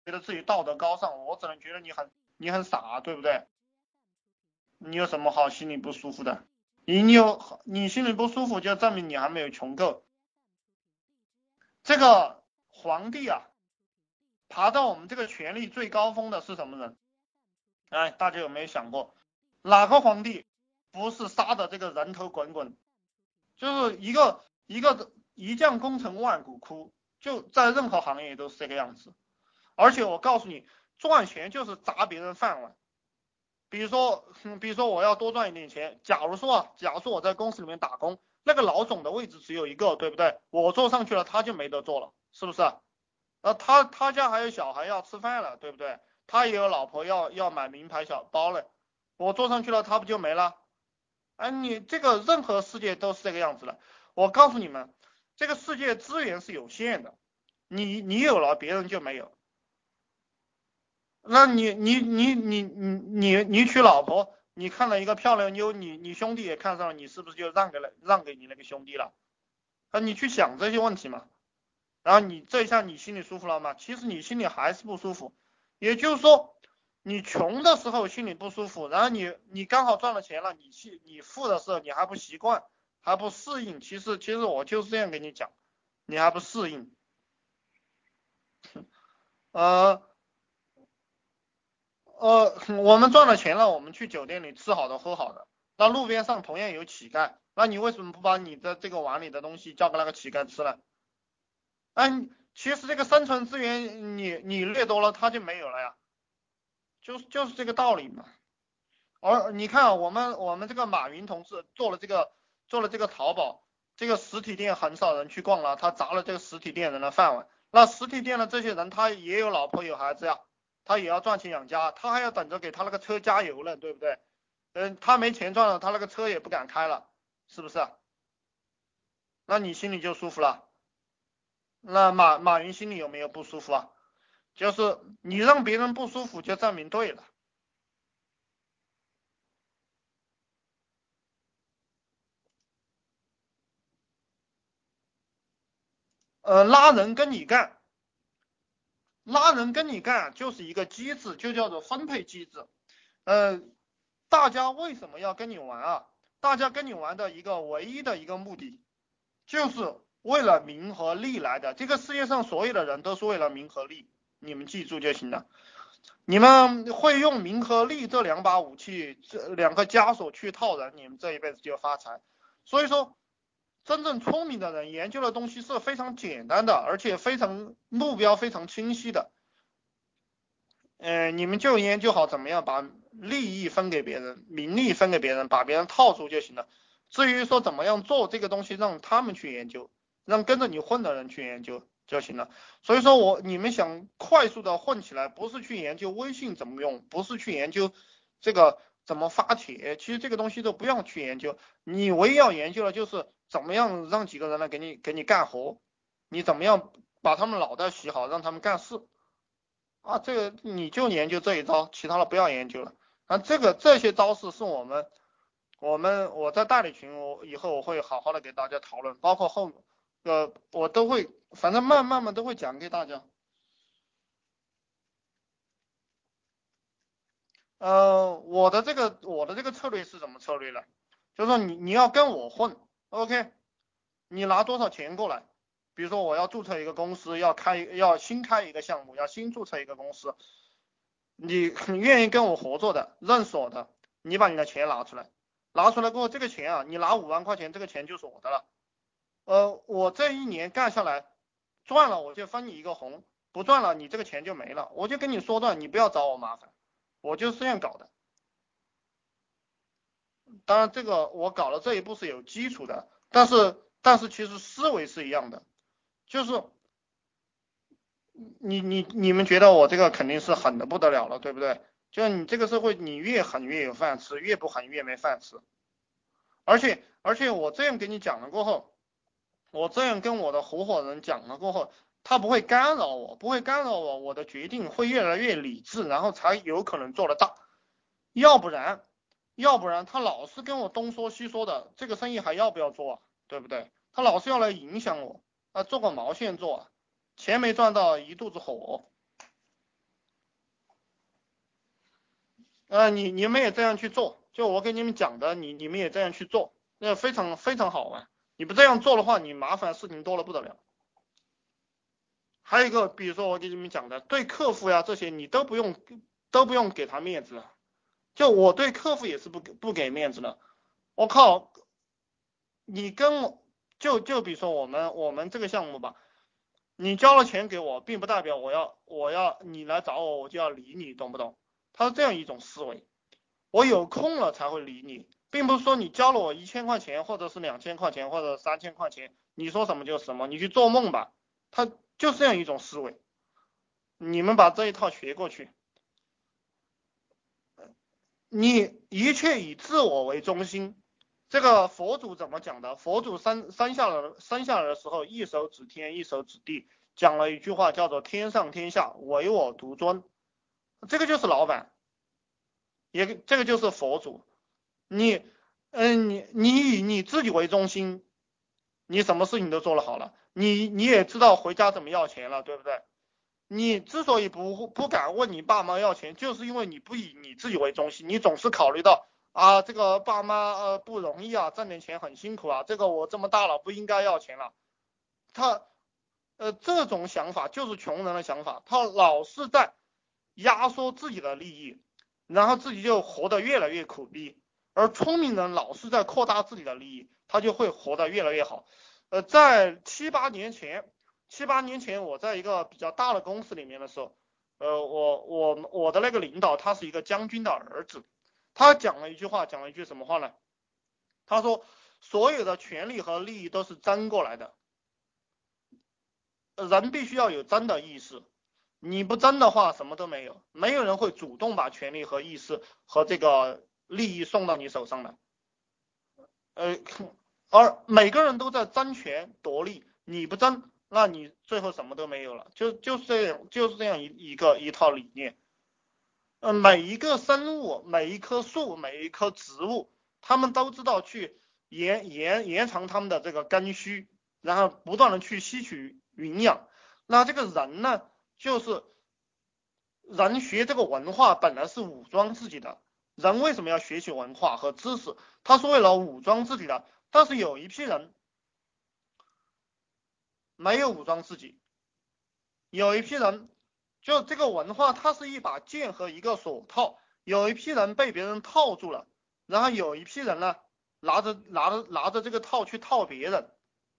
得自己道德高尚，我只能觉得你很傻，对不对？你有什么好心里不舒服的？你心里不舒服，就证明你还没有穷够。这个皇帝啊，爬到我们这个权力最高峰的是什么人？哎，大家有没有想过，哪个皇帝不是杀的这个人头滚滚？就是一个一将功成万骨枯，就在任何行业都是这个样子。而且我告诉你，赚钱就是砸别人饭碗。比如说我要多赚一点钱，假如说我在公司里面打工，那个老总的位置只有一个，对不对？我坐上去了，他就没得做了，是不是？他家还有小孩要吃饭了，对不对？他也有老婆要买名牌小包了，我坐上去了，他不就没了？哎，你这个任何世界都是这个样子的。我告诉你们，这个世界资源是有限的，你有了，别人就没有。那你娶老婆，你看了一个漂亮妞，你兄弟也看上了，你是不是就让给你那个兄弟了？啊，你去想这些问题嘛。然后你这一下你心里舒服了吗？其实你心里还是不舒服。也就是说，你穷的时候心里不舒服，然后你刚好赚了钱了，你富的时候你还不习惯，还不适应。其实我就是这样跟你讲，你还不适应。呃我们赚了钱了，我们去酒店里吃好的喝好的，那路边上同样有乞丐，那你为什么不把你的这个碗里的东西交给那个乞丐吃呢？哎，其实这个生存资源你掠夺了，他就没有了呀，就是这个道理嘛。而你看啊，我们这个马云同志做了这个淘宝，这个实体店很少人去逛了，他砸了这个实体店人的饭碗。那实体店的这些人，他也有老婆有孩子呀，他也要赚钱养家，他还要等着给他那个车加油呢，对不对？他没钱赚了，他那个车也不敢开了，是不是啊？那你心里就舒服了。那马云心里有没有不舒服啊？就是你让别人不舒服，就证明对了。拉人跟你干，拉人跟你干就是一个机制，就叫做分配机制。呃，大家为什么要跟你玩啊？大家跟你玩的一个唯一的一个目的，就是为了名和利来的。这个世界上所有的人都是为了名和利，你们记住就行了。你们会用名和利这两把武器，这两个枷锁去套人，你们这一辈子就发财。所以说，真正聪明的人研究的东西是非常简单的，而且目标非常清晰的。你们就研究好怎么样把利益分给别人，名利分给别人，把别人套住就行了。至于说怎么样做这个东西，让他们去研究，让跟着你混的人去研究就行了。所以说你们想快速的混起来，不是去研究微信怎么用，不是去研究这个怎么发帖，其实这个东西都不用去研究，你唯一要研究的就是怎么样让几个人来给你干活，你怎么样把他们脑袋洗好，让他们干事。啊，这个你就研究这一招，其他的不要研究了。啊，这些招式是我在代理群，我以后我会好好的给大家讨论，包括我都会，反正慢慢都会讲给大家。我的这个策略是什么策略呢？就是说你要跟我混，OK，你拿多少钱过来？比如说我要注册一个公司，要新开一个项目，要新注册一个公司，你愿意跟我合作的，认识我的，你把你的钱拿出来，拿出来过后，这个钱啊，你拿5万块钱，这个钱就是我的了。我这一年干下来，赚了我就分你一个红，不赚了你这个钱就没了，我就跟你说断，你不要找我麻烦，我就是这样搞的。当然，这个我搞的这一步是有基础的，但是其实思维是一样的，就是你们觉得我这个肯定是狠的不得了了，对不对？就你这个社会，你越狠越有饭吃，越不狠越没饭吃。而且我这样跟你讲了过后，我这样跟我的合伙人讲了过后，他不会干扰我，不会干扰我，我的决定会越来越理智，然后才有可能做得大。要不然，要不然他老是跟我东说西说的，这个生意还要不要做啊？对不对？他老是要来影响我，做个毛线做啊？钱没赚到一肚子火。 你们也这样去做，就我给你们讲的，你们也这样去做，那非常非常好玩。你不这样做的话，你麻烦事情多了不得了。还有一个，比如说我给你们讲的，对客户呀这些，你都不用给他面子了。就我对客户也是不给面子的。我靠，你跟我就比如说我们这个项目吧，你交了钱给我，并不代表我要你来找我就要理你，懂不懂？他是这样一种思维。我有空了才会理你，并不是说你交了我1000块钱，或者是2000块钱，或者3000块钱，你说什么就是什么，你去做梦吧。他就是这样一种思维，你们把这一套学过去。你一切以自我为中心。这个佛祖怎么讲的？佛祖生下来的时候，一手指天，一手指地，讲了一句话叫做天上天下，唯我独尊。这个就是老板，这个就是佛祖。你，你以你自己为中心，你什么事情都做了好了，你也知道回家怎么要钱了，对不对？你之所以不敢问你爸妈要钱，就是因为你不以你自己为中心，你总是考虑到啊，这个爸妈不容易啊，挣点钱很辛苦啊，这个我这么大了不应该要钱了。他这种想法就是穷人的想法，他老是在压缩自己的利益，然后自己就活得越来越苦逼。而聪明人老是在扩大自己的利益，他就会活得越来越好。在7、8年前，我在一个比较大的公司里面的时候，我的那个领导他是一个将军的儿子，他讲了一句话，讲了一句什么话呢？他说所有的权利和利益都是争过来的，人必须要有争的意识，你不争的话什么都没有，没有人会主动把权利和意识和这个利益送到你手上的。呃，而每个人都在争权夺利，你不争，那你最后什么都没有了，就是这样一套理念。每一个生物，每一棵树，每一棵植物，他们都知道去延长他们的这个根须，然后不断的去吸取营养。那这个人呢，就是人学这个文化本来是武装自己的，人为什么要学习文化和知识？他是为了武装自己的。但是有一批人没有武装自己，有一批人就这个文化，它是一把剑和一个锁套，有一批人被别人套住了，然后有一批人呢拿着这个套去套别人，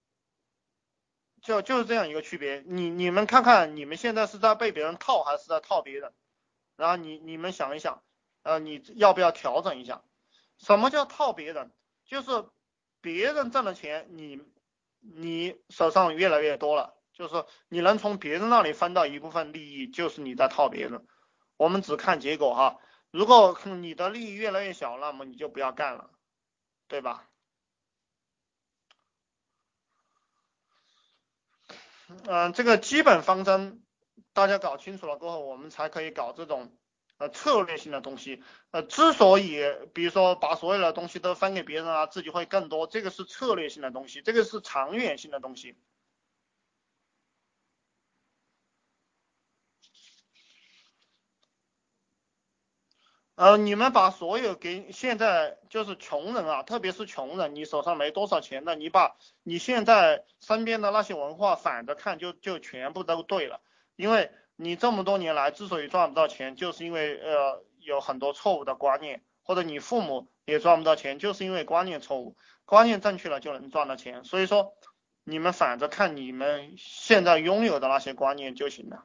就是这样一个区别。你们看看，你们现在是在被别人套还是在套别人？然后你们想一想，你要不要调整一下？什么叫套别人？就是别人挣的钱，你手上越来越多了，就是你能从别人那里分到一部分利益，就是你在套别人。我们只看结果哈，如果你的利益越来越小，那么你就不要干了，对吧？这个基本方针大家搞清楚了过后，我们才可以搞这种策略性的东西。之所以比如说把所有的东西都分给别人啊，自己会更多，这个是策略性的东西，这个是长远性的东西。你们把所有给现在就是穷人啊，特别是穷人，你手上没多少钱的，你把你现在身边的那些文化反着看就全部都对了。因为你这么多年来之所以赚不到钱，就是因为有很多错误的观念，或者你父母也赚不到钱，就是因为观念错误，观念正确了就能赚到钱。所以说你们反着看你们现在拥有的那些观念就行了。